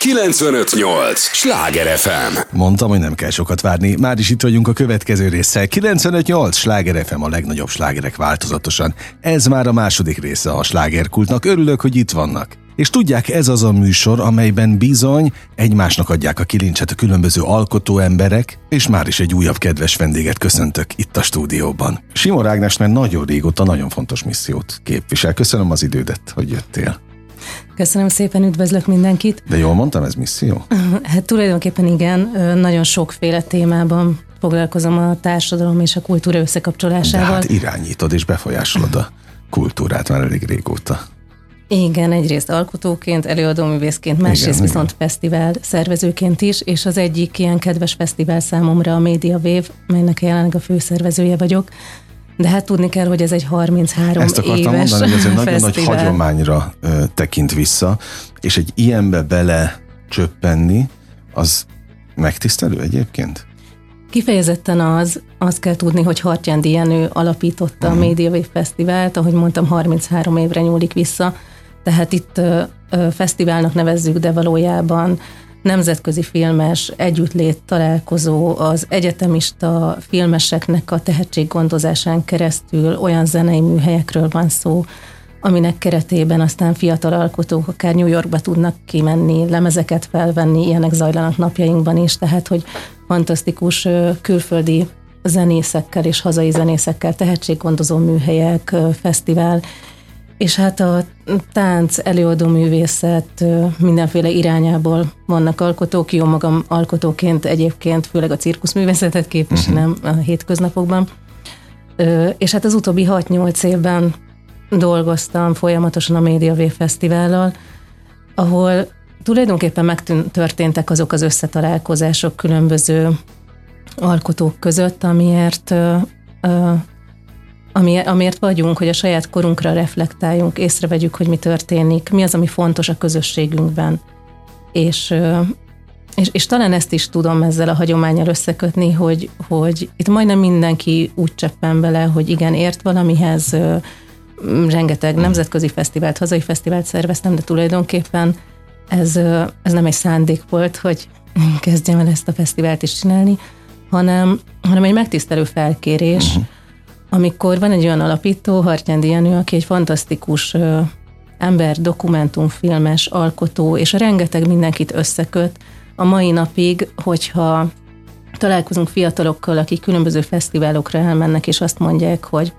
95.8 Sláger FM. Mondtam, hogy nem kell sokat várni. Már is itt vagyunk a következő résszel. 95.8 Sláger FM, a legnagyobb slágerek változatosan. Ez már a második része a slágerkultnak. Örülök, hogy itt vannak. És tudják, ez az a műsor, amelyben bizony egymásnak adják a kilincset a különböző alkotó emberek, és már is egy újabb kedves vendéget köszöntök itt a stúdióban. Simor Ágnes már nagyon régóta nagyon fontos missziót képvisel. Köszönöm az idődet, hogy jöttél. Köszönöm szépen, üdvözlök mindenkit. De jól mondtam, ez misszió? Hát tulajdonképpen igen, nagyon sokféle témában foglalkozom a társadalom és a kultúra összekapcsolásával. De hát irányítod és befolyásolod a kultúrát már elég régóta. Igen, egyrészt alkotóként, előadóművészként, másrészt viszont fesztivál szervezőként is, és az egyik ilyen kedves fesztivál számomra a Media Wave, melynek jelenleg a főszervezője vagyok. De hát tudni kell, hogy ez egy 33 éves Ezt akartam éves mondani, hogy ez egy nagyon nagy fesztivál. hagyományra tekint vissza, és egy ilyenbe bele csöppenni, az megtisztelő egyébként? Kifejezetten azt kell tudni, hogy Hartjándy Jenő alapította a Media Wave Fesztivált, ahogy mondtam, 33 évre nyúlik vissza, tehát itt fesztiválnak nevezzük, de valójában nemzetközi filmes együttlét találkozó, az egyetemista filmeseknek a tehetséggondozásán keresztül olyan zenei műhelyekről van szó, aminek keretében aztán fiatal alkotók akár New Yorkba tudnak kimenni, lemezeket felvenni, ilyenek zajlanak napjainkban is, tehát hogy fantasztikus külföldi zenészekkel és hazai zenészekkel tehetséggondozó műhelyek, fesztivál, és hát a tánc, előadóművészet mindenféle irányából vannak alkotók, jó magam alkotóként egyébként főleg a cirkuszművészetet képviselem a hétköznapokban, és hát az utóbbi 6-8 évben dolgoztam folyamatosan a Media Wave Fesztivállal, ahol tulajdonképpen megtörténtek azok az összetalálkozások különböző alkotók között, amiért vagyunk, hogy a saját korunkra reflektáljunk, észrevegyük, hogy mi történik, mi az, ami fontos a közösségünkben. És talán ezt is tudom ezzel a hagyománnyal összekötni, hogy itt majdnem mindenki úgy cseppen bele, hogy igen, ért valamihez, rengeteg nemzetközi fesztivált, hazai fesztivált szerveztem, de tulajdonképpen ez nem egy szándék volt, hogy kezdjem el ezt a fesztivált is csinálni, hanem egy megtisztelő felkérés, amikor van egy olyan alapító, Hartjándy Jenő, aki egy fantasztikus ember, dokumentumfilmes alkotó, és rengeteg mindenkit összeköt. A mai napig, hogyha találkozunk fiatalokkal, akik különböző fesztiválokra elmennek, és azt mondják,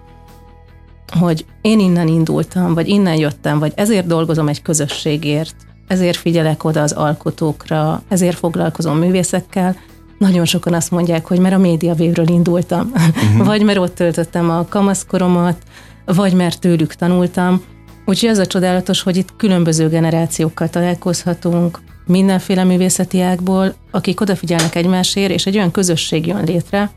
hogy én innen indultam, vagy innen jöttem, vagy ezért dolgozom egy közösségért, ezért figyelek oda az alkotókra, ezért foglalkozom művészekkel, nagyon sokan azt mondják, hogy mert a Media Wave-ről indultam, vagy mert ott töltöttem a kamaszkoromat, vagy mert tőlük tanultam. Úgyhogy az a csodálatos, hogy itt különböző generációkkal találkozhatunk, mindenféle művészeti ágból, akik odafigyelnek egymásért, és egy olyan közösség jön létre,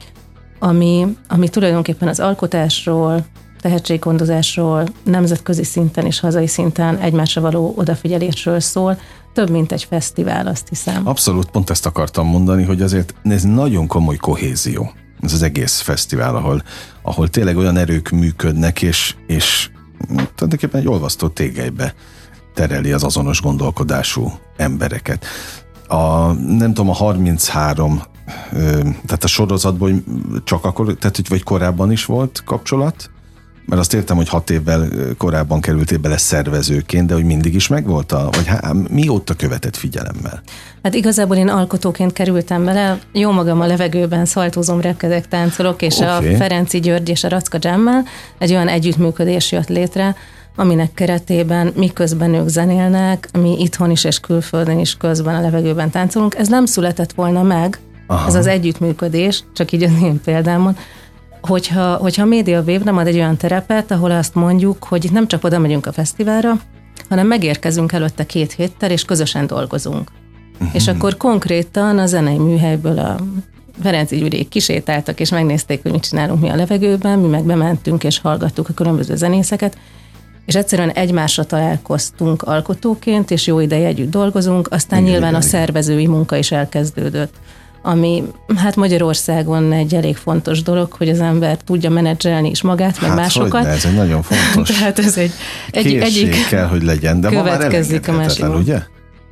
ami tulajdonképpen az alkotásról, tehetséggondozásról, nemzetközi szinten és hazai szinten egymásra való odafigyelésről szól, több, mint egy fesztivál, azt hiszem. Abszolút, pont ezt akartam mondani, hogy azért ez nagyon komoly kohézió, ez az egész fesztivál, ahol tényleg olyan erők működnek, és tulajdonképpen egy olvasztó tégelybe tereli az azonos gondolkodású embereket. Nem tudom, a 33, tehát a sorozatból csak akkor, tehát vagy korábban is volt kapcsolat? Mert azt értem, hogy 6 évvel korábban kerültél bele szervezőként, de hogy mindig is megvolt vagy mióta követett figyelemmel? Hát igazából én alkotóként kerültem bele, jó magam a levegőben szaltózom, repkedek, táncolok, és a Ferenci György és a Racka Jammel egy olyan együttműködés jött létre, aminek keretében miközben ők zenélnek, mi itthon is és külföldön is közben a levegőben táncolunk. Ez nem született volna meg, ez az együttműködés, csak így az én példámon, hogyha a Media Wave nem ad egy olyan terepet, ahol azt mondjuk, hogy itt nem csak oda megyünk a fesztiválra, hanem megérkezünk előtte 2 héttel, és közösen dolgozunk. És akkor konkrétan a zenei műhelyből a Ferenci Gyuriék kisétáltak, és megnézték, hogy mit csinálunk mi a levegőben, mi meg bementünk, és hallgattuk a különböző zenészeket, és egyszerűen egymásra találkoztunk alkotóként, és jó ideje együtt dolgozunk, aztán nyilván a szervezői munka is elkezdődött. Ami hát Magyarországon egy elég fontos dolog, hogy az ember tudja menedzselni is magát, meg másokat. Hogyne, ez egy nagyon fontos Tehát ez egy készség kell, hogy legyen, de ma már elengedhetetlen, ugye?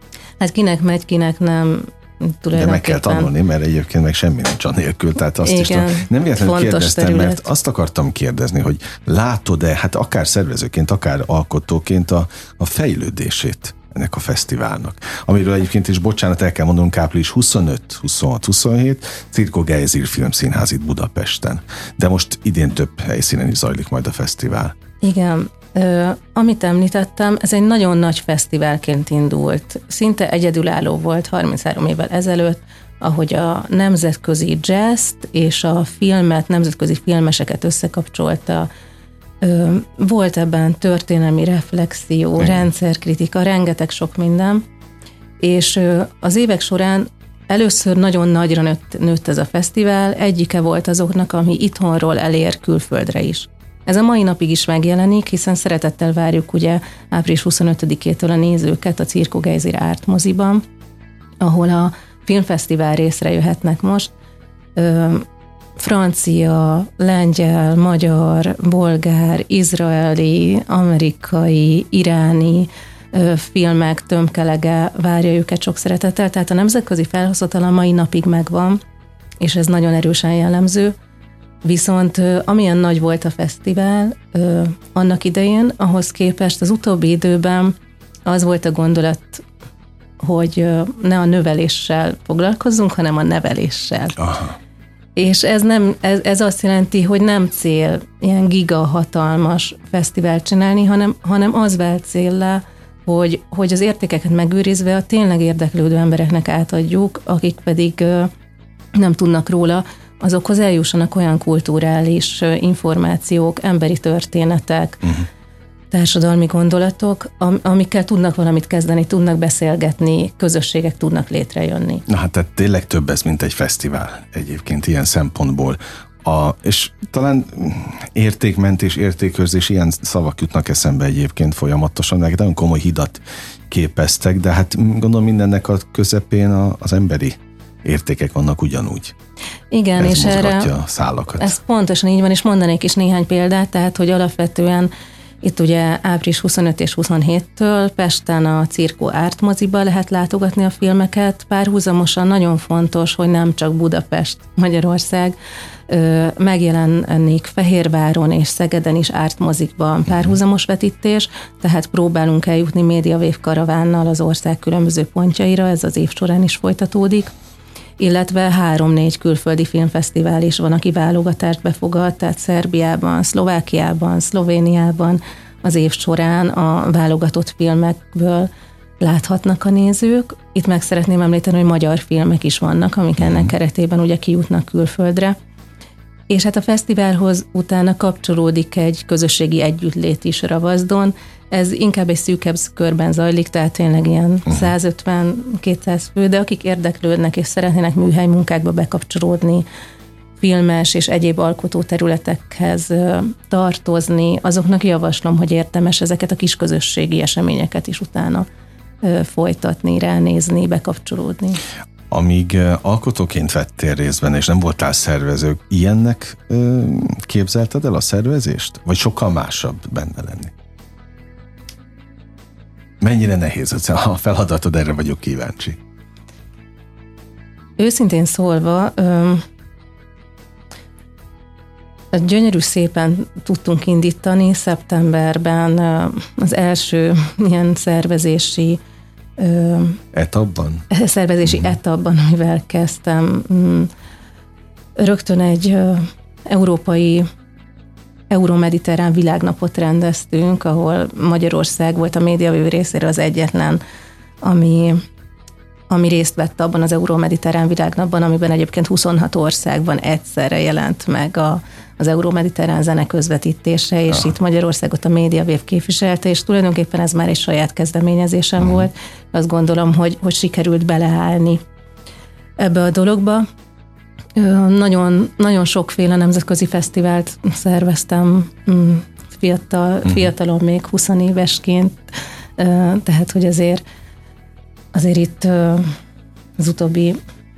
Hát kinek megy, kinek nem. De meg kell tanulni, mert egyébként meg semmi nincs anélkül. Tehát azt is nem véletlenül kérdeztem, terület. Mert azt akartam kérdezni, hogy látod-e, hát akár szervezőként, akár alkotóként a fejlődését ennek a fesztiválnak. Amiről egyébként is, bocsánat, el kell mondanunk, április 25, 26, 27, Cirko Gejzír Filmszínház itt Budapesten. De most idén több helyszínen is zajlik majd a fesztivál. Igen. Amit említettem, ez egy nagyon nagy fesztiválként indult. Szinte egyedülálló volt 33 évvel ezelőtt, ahogy a nemzetközi jazzt és a filmet, nemzetközi filmeseket összekapcsolta. Volt ebben történelmi reflexió, rendszerkritika, rengeteg sok minden, és az évek során először nagyon nagyra nőtt ez a fesztivál, egyike volt azoknak, ami itthonról elér külföldre is. Ez a mai napig is megjelenik, hiszen szeretettel várjuk ugye április 25-től a nézőket a Cirko Gejzír Árt moziban, ahol a filmfesztivál részre jöhetnek most. Francia, lengyel, magyar, bolgár, izraeli, amerikai, iráni filmek tömkelege várja őket sok szeretettel, tehát a nemzetközi felhozatal a mai napig megvan, és ez nagyon erősen jellemző. Viszont amilyen nagy volt a fesztivál annak idején, ahhoz képest az utóbbi időben az volt a gondolat, hogy ne a növeléssel foglalkozzunk, hanem a neveléssel. Aha. És ez azt jelenti, hogy nem cél ilyen gigahatalmas fesztivált csinálni, hanem az vált céllá, hogy az értékeket megőrizve a tényleg érdeklődő embereknek átadjuk, akik pedig nem tudnak róla, azokhoz eljussanak olyan kulturális információk, emberi történetek, társadalmi gondolatok, amikkel tudnak valamit kezdeni, tudnak beszélgetni, közösségek tudnak létrejönni. Na hát tehát tényleg több ez, mint egy fesztivál egyébként ilyen szempontból. És talán értékmentés, értékőrzés, ilyen szavak jutnak eszembe egyébként folyamatosan, meg nagyon komoly hidat képeztek, de hát gondolom mindennek a közepén az emberi értékek vannak ugyanúgy. Igen, ez és erre a szálakat. Ez pontosan így van, és mondanék is néhány példát, tehát, hogy alapvetően itt ugye április 25 és 27-től Pesten a Cirko Árt moziba lehet látogatni a filmeket. Párhuzamosan nagyon fontos, hogy nem csak Budapest, Magyarország, megjelennék Fehérváron és Szegeden is Árt mozikban párhuzamos vetítés, tehát próbálunk eljutni Mediawave karavánnal az ország különböző pontjaira, ez az év során is folytatódik. Illetve 3-4 külföldi filmfesztivál is van, aki válogatást befogad, tehát Szerbiában, Szlovákiában, Szlovéniában az év során a válogatott filmekből láthatnak a nézők. Itt meg szeretném említeni, hogy magyar filmek is vannak, amik ennek keretében ugye kijutnak külföldre. És hát a fesztiválhoz utána kapcsolódik egy közösségi együttlét is Ravazdon. Ez inkább egy szűkebb körben zajlik, tehát tényleg ilyen 150-200 fő, de akik érdeklődnek és szeretnének műhely munkákba bekapcsolódni, filmes és egyéb alkotó területekhez tartozni, azoknak javaslom, hogy érdemes ezeket a kis közösségi eseményeket is utána folytatni, ránézni, bekapcsolódni. Amíg alkotóként vettél részben, és nem voltál szervező, ilyennek képzelted el a szervezést? Vagy sokkal másabb benne lenni? Mennyire nehéz a feladatod, erre vagyok kíváncsi. Őszintén szólva, gyönyörű szépen tudtunk indítani szeptemberben az első ilyen szervezési etapban? Etapban, amivel kezdtem. Rögtön egy euró-mediterrán világnapot rendeztünk, ahol Magyarország volt a Mediawave részéről az egyetlen, ami részt vett abban az euró-mediterrán világnapban, amiben egyébként 26 országban egyszerre jelent meg az euró-mediterrán zene közvetítése, és itt Magyarországot a Mediawave képviselte, és tulajdonképpen ez már egy saját kezdeményezésem volt. Azt gondolom, hogy sikerült beleállni ebbe a dologba. Nagyon, nagyon sokféle nemzetközi fesztivált szerveztem fiatalon, még 20 évesként, tehát hogy azért itt az utóbbi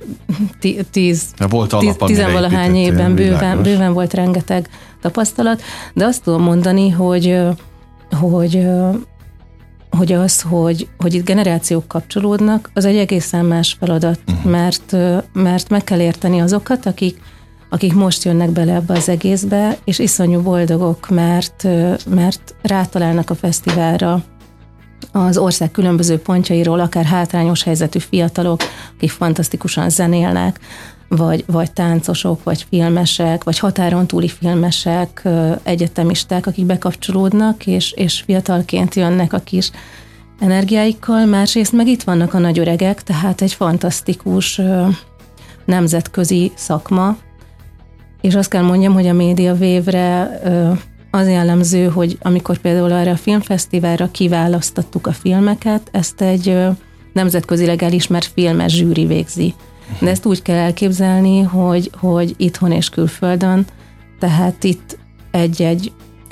10-valahány évben bőven volt rengeteg tapasztalat, de azt tudom mondani, hogy hogy itt generációk kapcsolódnak, az egy egészen más feladat, mert meg kell érteni azokat, akik most jönnek bele ebbe az egészbe, és iszonyú boldogok, mert rátalálnak a fesztiválra az ország különböző pontjairól, akár hátrányos helyzetű fiatalok, akik fantasztikusan zenélnek, vagy táncosok, vagy filmesek, vagy határon túli filmesek, egyetemisták, akik bekapcsolódnak, és fiatalként jönnek a kis energiáikkal. Másrészt meg itt vannak a nagy öregek, tehát egy fantasztikus nemzetközi szakma, és azt kell mondjam, hogy a Média Wave-re az jellemző, hogy amikor például arra a filmfesztiválra kiválasztottuk a filmeket, ezt egy nemzetközileg elismert filmes zsűri végzi. De ezt úgy kell elképzelni, hogy itthon és külföldön, tehát itt egy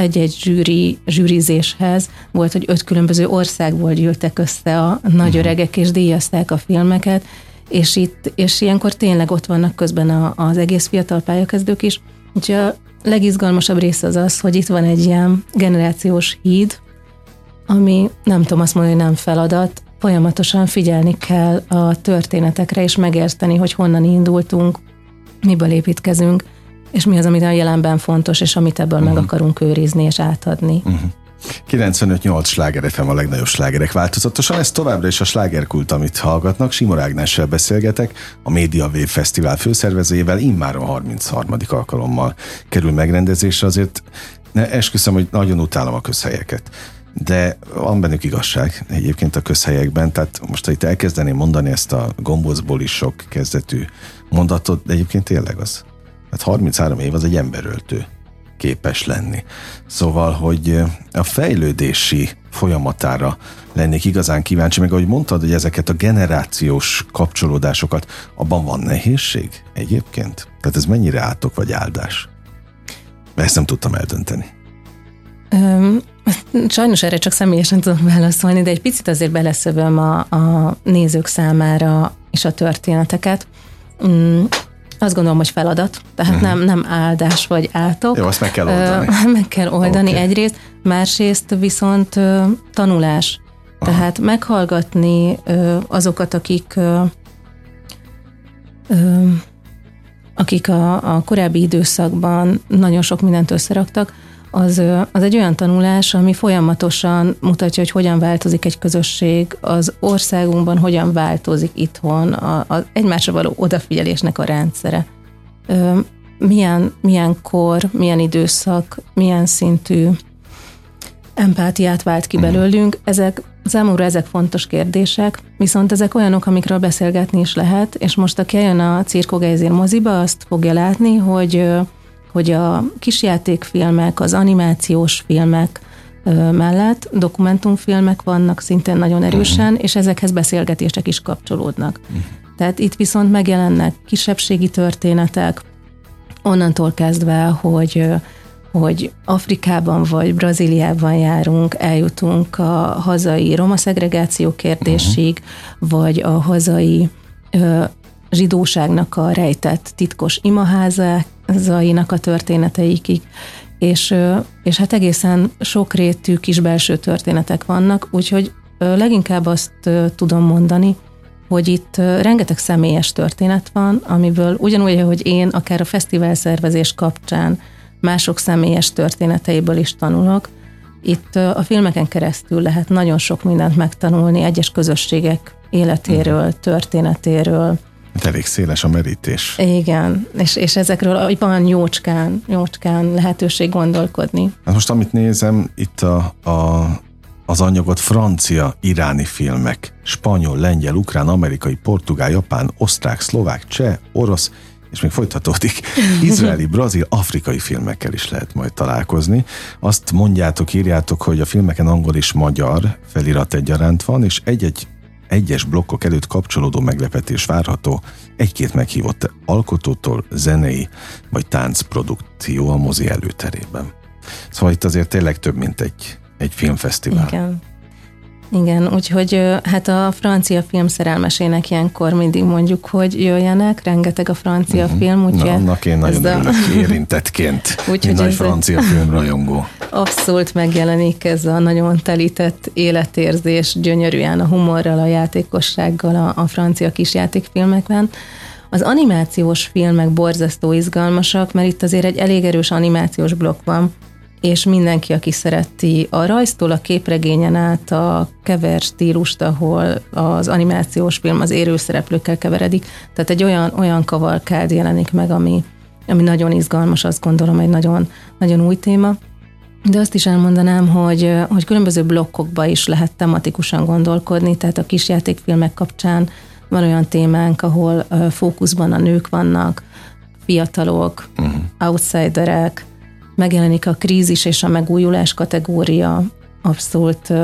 zsűrizéshez volt, hogy 5 különböző országból gyűltek össze a nagy öregek, és díjazták a filmeket, és ilyenkor tényleg ott vannak közben az egész fiatal pályakezdők is. Úgyhogy a legizgalmasabb része az, hogy itt van egy ilyen generációs híd, ami nem tudom azt mondani, hogy nem feladat, folyamatosan figyelni kell a történetekre, és megérteni, hogy honnan indultunk, miből építkezünk, és mi az, amit a jelenben fontos, és amit ebből meg akarunk őrizni és átadni. 95-8 Sláger FM a legnagyobb slágerek változatosan, ez továbbra is a slágerkult, amit hallgatnak. Simor Ágnessel beszélgetek, a Média Wave Fesztivál főszervezőjével, immáron 33. alkalommal kerül megrendezésre. Azért esküszöm, hogy nagyon utálom a közhelyeket, de van bennük igazság egyébként a közhelyekben, tehát most, ha itt elkezdeném mondani ezt a gombócból is sok kezdetű mondatot, de egyébként tényleg az. Hát 33 év az egy emberöltő képes lenni. Szóval, hogy a fejlődési folyamatára lennék igazán kíváncsi, meg ahogy mondtad, hogy ezeket a generációs kapcsolódásokat, abban van nehézség egyébként? Tehát ez mennyire átok vagy áldás? Ezt nem tudtam eldönteni. Sajnos erre csak személyesen tudom válaszolni, de egy picit azért beleszövöm a nézők számára is a történeteket. Azt gondolom, hogy feladat, tehát nem áldás vagy átok. Jó, azt meg kell oldani. Meg kell oldani egyrészt, másrészt viszont tanulás. Tehát meghallgatni azokat, akik a korábbi időszakban nagyon sok mindent összeraktak, az egy olyan tanulás, ami folyamatosan mutatja, hogy hogyan változik egy közösség, az országunkban hogyan változik itthon az egymásra való odafigyelésnek a rendszere. Milyen kor, milyen időszak, milyen szintű empátiát vált ki belőlünk. Számomra ezek fontos kérdések, viszont ezek olyanok, amikről beszélgetni is lehet, és most aki eljön a Cirko Gejzér moziba, azt fogja látni, hogy a kisjátékfilmek, az animációs filmek mellett dokumentumfilmek vannak szintén nagyon erősen, és ezekhez beszélgetések is kapcsolódnak. Tehát itt viszont megjelennek kisebbségi történetek, onnantól kezdve, hogy Afrikában vagy Brazíliában járunk, eljutunk a hazai roma szegregáció kérdésig, vagy a hazai zsidóságnak a rejtett titkos imaházainak a történeteikig, és hát egészen sokrétű kis belső történetek vannak, úgyhogy leginkább azt tudom mondani, hogy itt rengeteg személyes történet van, amiből ugyanúgy, hogy én akár a fesztivál szervezés kapcsán mások személyes történeteiből is tanulok, itt a filmeken keresztül lehet nagyon sok mindent megtanulni egyes közösségek életéről, történetéről. Elég széles a merítés. Igen, és ezekről van jócskán lehetőség gondolkodni. Hát most amit nézem, itt az anyagot francia, iráni filmek, spanyol, lengyel, ukrán, amerikai, portugál, japán, osztrák, szlovák, cseh, orosz, és még folytatódik, izraeli, brazil, afrikai filmekkel is lehet majd találkozni. Azt mondjátok, írjátok, hogy a filmeken angol és magyar felirat egyaránt van, és egyes blokkok előtt kapcsolódó meglepetés várható egy-két meghívott alkotótól, zenei vagy táncprodukció a mozi előterében. Szóval itt azért tényleg több, mint egy filmfesztivál. Igen. Igen, úgyhogy hát a francia film szerelmesének ilyenkor mindig mondjuk, hogy jöjjenek, rengeteg a francia film. Na, annak én nagyon örülök érintettként, mint nagy francia filmrajongó. Abszolút megjelenik ez a nagyon telített életérzés, gyönyörűen a humorral, a játékossággal a francia kisjátékfilmekben. Az animációs filmek borzasztó izgalmasak, mert itt azért egy elég erős animációs blokk van, és mindenki, aki szereti a rajztól a képregényen át a kever stílust, ahol az animációs film az élőszereplőkkel keveredik. Tehát egy olyan kavalkád jelenik meg, ami nagyon izgalmas, azt gondolom, egy nagyon, nagyon új téma. De azt is elmondanám, hogy különböző blokkokba is lehet tematikusan gondolkodni, tehát a kisjátékfilmek kapcsán van olyan témánk, ahol fókuszban a nők vannak, fiatalok, outsiderek, megjelenik a krízis és a megújulás kategória, abszolút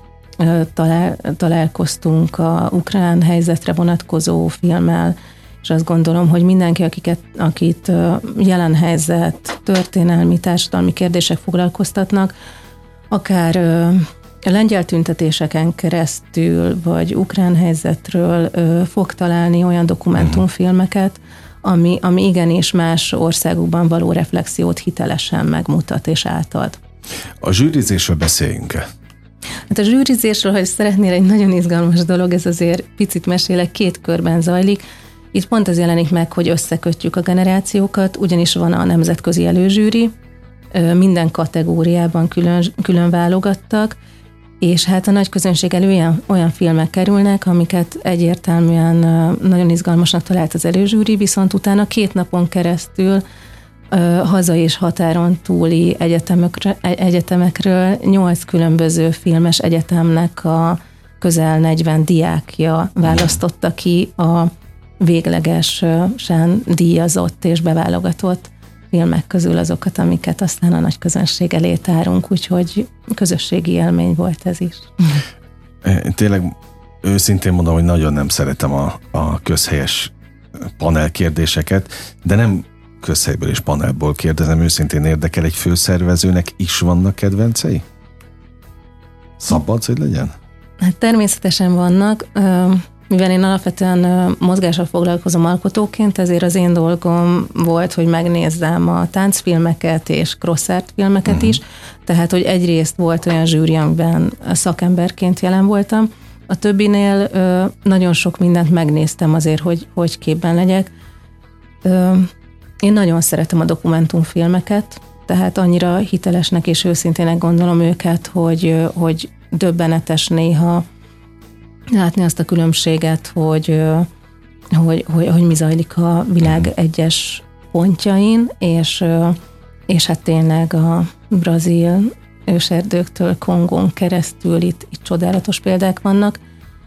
találkoztunk a ukrán helyzetre vonatkozó filmmel, és azt gondolom, hogy mindenki, akit jelen helyzet, történelmi, társadalmi kérdések foglalkoztatnak, akár a lengyel tüntetéseken keresztül, vagy ukrán helyzetről fog találni olyan dokumentumfilmeket, ami igenis más országokban való reflexiót hitelesen megmutat és átad. A zsűrizésről beszéljünk-e? Hát a zsűrizésről, hogy szeretnél egy nagyon izgalmas dolog, ez azért picit mesélek, 2 körben zajlik. Itt pont az jelenik meg, hogy összekötjük a generációkat, ugyanis van a nemzetközi előzsűri, minden kategóriában külön válogattak, és hát a nagy közönség elő olyan filmek kerülnek, amiket egyértelműen nagyon izgalmasnak talált az előzsűri, viszont utána 2 napon keresztül haza és határon túli egyetemekről 8 különböző filmes egyetemnek a közel 40 diákja választotta ki a véglegesen díjazott és beválogatott filmek közül azokat, amiket aztán a nagy közönség elé tárunk, úgyhogy közösségi élmény volt ez is. Tényleg őszintén mondom, hogy nagyon nem szeretem a közhelyes panelkérdéseket, de nem közhelyből és panelból kérdezem, őszintén érdekel, egy főszervezőnek is vannak kedvencei? Szabad, hogy legyen? Hát természetesen vannak. Mivel én alapvetően mozgással foglalkozom alkotóként, ezért az én dolgom volt, hogy megnézzem a táncfilmeket és crossart filmeket is, tehát hogy egyrészt volt olyan zsűri, amiben szakemberként jelen voltam, a többinél nagyon sok mindent megnéztem azért, hogy képben legyek. Én nagyon szeretem a dokumentumfilmeket, tehát annyira hitelesnek és őszintének gondolom őket, hogy döbbenetes néha látni azt a különbséget, hogy mi zajlik a világ egyes pontjain, és hát tényleg a brazil őserdőktől Kongón keresztül itt csodálatos példák vannak.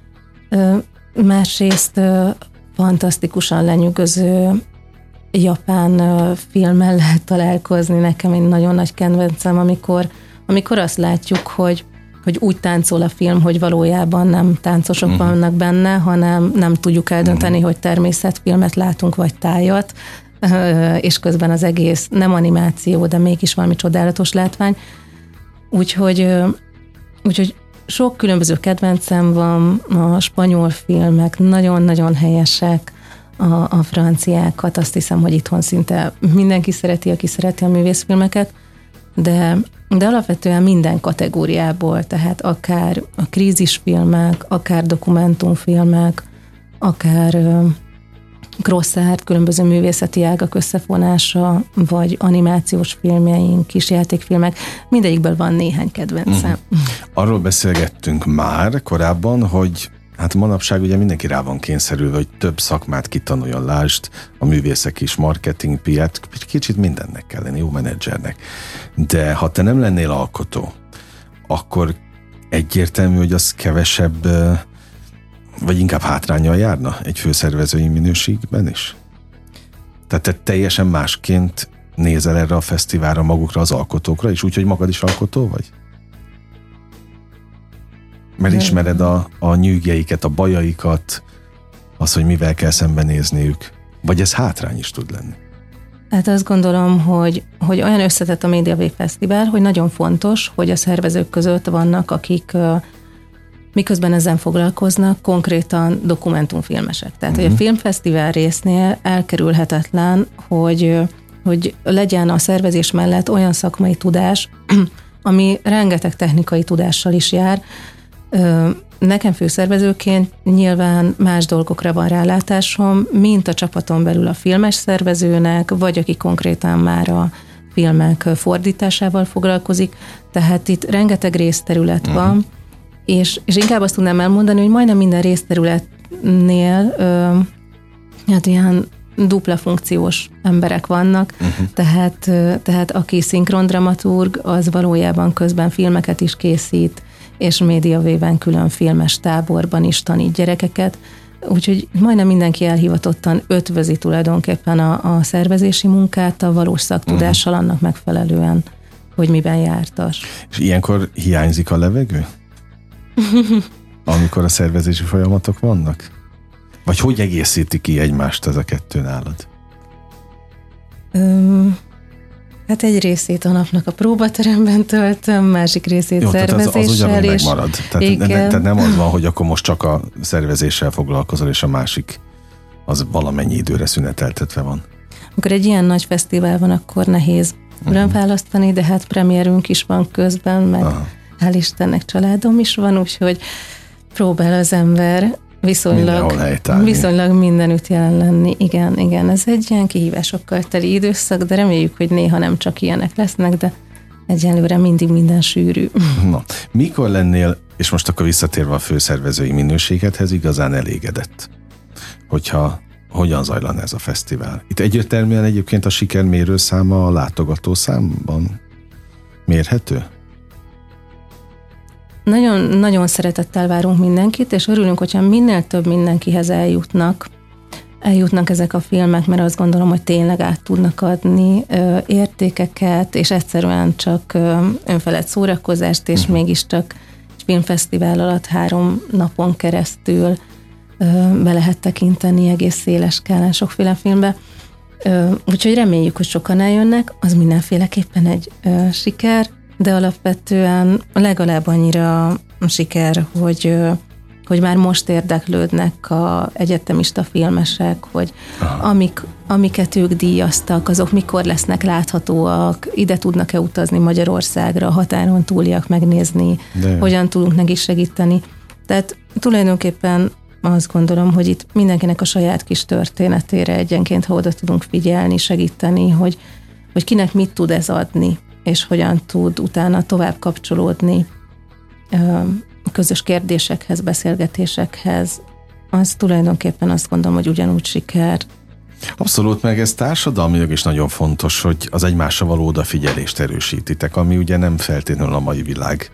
Másrészt fantasztikusan lenyűgöző japán filmmel lehet találkozni. Nekem egy nagyon nagy kedvencem, amikor azt látjuk, hogy úgy táncol a film, hogy valójában nem táncosok vannak benne, hanem nem tudjuk eldönteni, hogy természetfilmet látunk, vagy tájat, és közben az egész nem animáció, de mégis valami csodálatos látvány. Úgyhogy sok különböző kedvencem van, a spanyol filmek nagyon-nagyon helyesek, a franciákat, azt hiszem, hogy itthon szinte mindenki szereti, aki szereti a művészfilmeket, de alapvetően minden kategóriából, tehát akár a krízisfilmek, akár dokumentumfilmek, akár crossart, különböző művészeti ágak összefonása, vagy animációs filmjeink, kisjátékfilmek, mindegyikből van néhány kedvencem. Arról beszélgettünk már korábban, hogy hát manapság ugye mindenki rá van kényszerülve, hogy több szakmát kitanuljon, lásd, a művészek is, marketing, piac, kicsit mindennek kell lenni, jó menedzsernek. De ha te nem lennél alkotó, akkor egyértelmű, hogy az kevesebb, vagy inkább hátránnyal járna egy főszervezői minőségben is? Tehát te teljesen másként nézel erre a fesztiválra, magukra, az alkotókra, és úgy, hogy magad is alkotó vagy? Mert ismered a nyűgjeiket, a bajaikat, az, hogy mivel kell szembenézniük. Vagy ez hátrány is tud lenni? Hát azt gondolom, hogy olyan összetett a Média Week Fesztivál, hogy nagyon fontos, hogy a szervezők között vannak, akik miközben ezen foglalkoznak konkrétan dokumentumfilmesek. Tehát, hogy a filmfesztivál résznél elkerülhetetlen, hogy legyen a szervezés mellett olyan szakmai tudás, ami rengeteg technikai tudással is jár. Nekem főszervezőként nyilván más dolgokra van rálátásom, mint a csapaton belül a filmes szervezőnek, vagy aki konkrétan már a filmek fordításával foglalkozik. Tehát itt rengeteg részterület van, és inkább azt tudnám elmondani, hogy majdnem minden részterületnél hát ilyen dupla funkciós emberek vannak, tehát aki szinkrondramaturg, az valójában közben filmeket is készít, és médiavében külön filmes táborban is tanít gyerekeket. Úgyhogy majdnem mindenki elhivatottan ötvözi tulajdonképpen a szervezési munkát a valós szaktudással annak megfelelően, hogy miben jártas. És ilyenkor hiányzik a levegő? Amikor a szervezési folyamatok vannak? Vagy hogy egészíti ki egymást ez a kettő nálad? Hát egy részét a napnak a próbateremben töltöm, másik részét jó, szervezéssel. Az ugyanúgy megmarad. Tehát nem az van, hogy akkor most csak a szervezéssel foglalkozol, és a másik az valamennyi időre szüneteltetve van. Amikor egy ilyen nagy fesztivál van, akkor nehéz külön választani, de hát premierünk is van közben, meg hál' Istennek családom is van, úgyhogy próbál az ember viszonylag mindenütt jelen lenni. Igen, ez egy ilyen kihívásokkal teli időszak, de reméljük, hogy néha nem csak ilyenek lesznek, de egyelőre mindig minden sűrű. Na, mikor lennél, és most akkor visszatérve a főszervezői minőségedhez, igazán elégedett? Hogyha hogyan zajlan ez a fesztivál? Itt egyértelműen egyébként a sikermérő száma a látogató számban mérhető? Nagyon, nagyon szeretettel várunk mindenkit, és örülünk, hogyha minél több mindenkihez eljutnak ezek a filmek, mert azt gondolom, hogy tényleg át tudnak adni értékeket, és egyszerűen csak önfelett szórakozást, és mégiscsak egy filmfesztivál alatt 3 napon keresztül be lehet tekinteni egész széles skálán sokféle filmbe. Úgyhogy reméljük, hogy sokan eljönnek, az mindenféleképpen egy siker, de alapvetően legalább annyira siker, hogy már most érdeklődnek a egyetemista filmesek, hogy amiket ők díjaztak, azok mikor lesznek láthatóak, ide tudnak-e utazni Magyarországra, határon túliak megnézni, hogyan tudunk neki segíteni. Tehát tulajdonképpen azt gondolom, hogy itt mindenkinek a saját kis történetére egyenként, ha oda tudunk figyelni, segíteni, hogy kinek mit tud ez adni, és hogyan tud utána tovább kapcsolódni közös kérdésekhez, beszélgetésekhez, az tulajdonképpen azt gondolom, hogy ugyanúgy siker. Abszolút, meg ez társadalmilag is nagyon fontos, hogy az egymásra való odafigyelést erősítitek, ami ugye nem feltétlenül a mai világ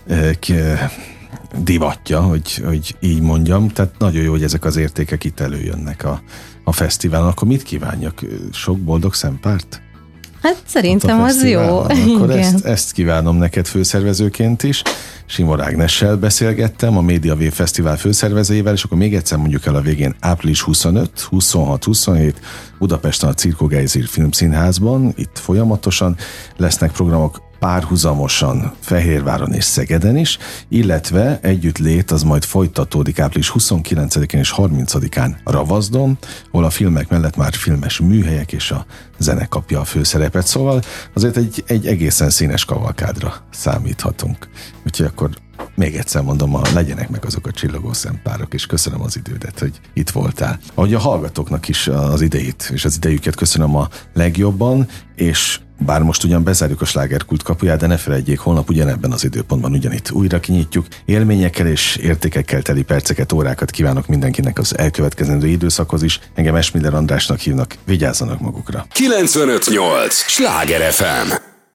divatja, hogy így mondjam, tehát nagyon jó, hogy ezek az értékek itt előjönnek a fesztiválon. Akkor mit kívánjak? Sok boldog szempárt? Hát szerintem az jó. Akkor ezt kívánom neked főszervezőként is. Simor Ágnessel beszélgettem, a Média Wave Fesztivál főszervezőjével, és akkor még egyszer mondjuk el a végén: április 25, 26, 27 Budapesten a Cirko Geiser Filmszínházban, itt folyamatosan lesznek programok, párhuzamosan Fehérváron és Szegeden is, illetve együttlét az majd folytatódik április 29-én és 30-án Ravaszdon, ahol a filmek mellett már filmes műhelyek és a zene kapja a főszerepet, szóval azért egy egészen színes kavalkádra számíthatunk. Úgyhogy akkor még egyszer mondom, legyenek meg azok a csillogó szempárok, és köszönöm az idődet, hogy itt voltál. Ahogy a hallgatóknak is az idejét és az idejüket köszönöm a legjobban, és bár most ugyan bezárjuk a Slágerkult kapuját, de ne felejtjék, holnap ugyanebben az időpontban ugyanitt újra kinyitjuk. Élményekkel és értékekkel teli perceket, órákat kívánok mindenkinek az elkövetkezendő időszakhoz is. Engem Esmiller Andrásnak hívnak, vigyázzanak magukra. 95.8 Sláger FM.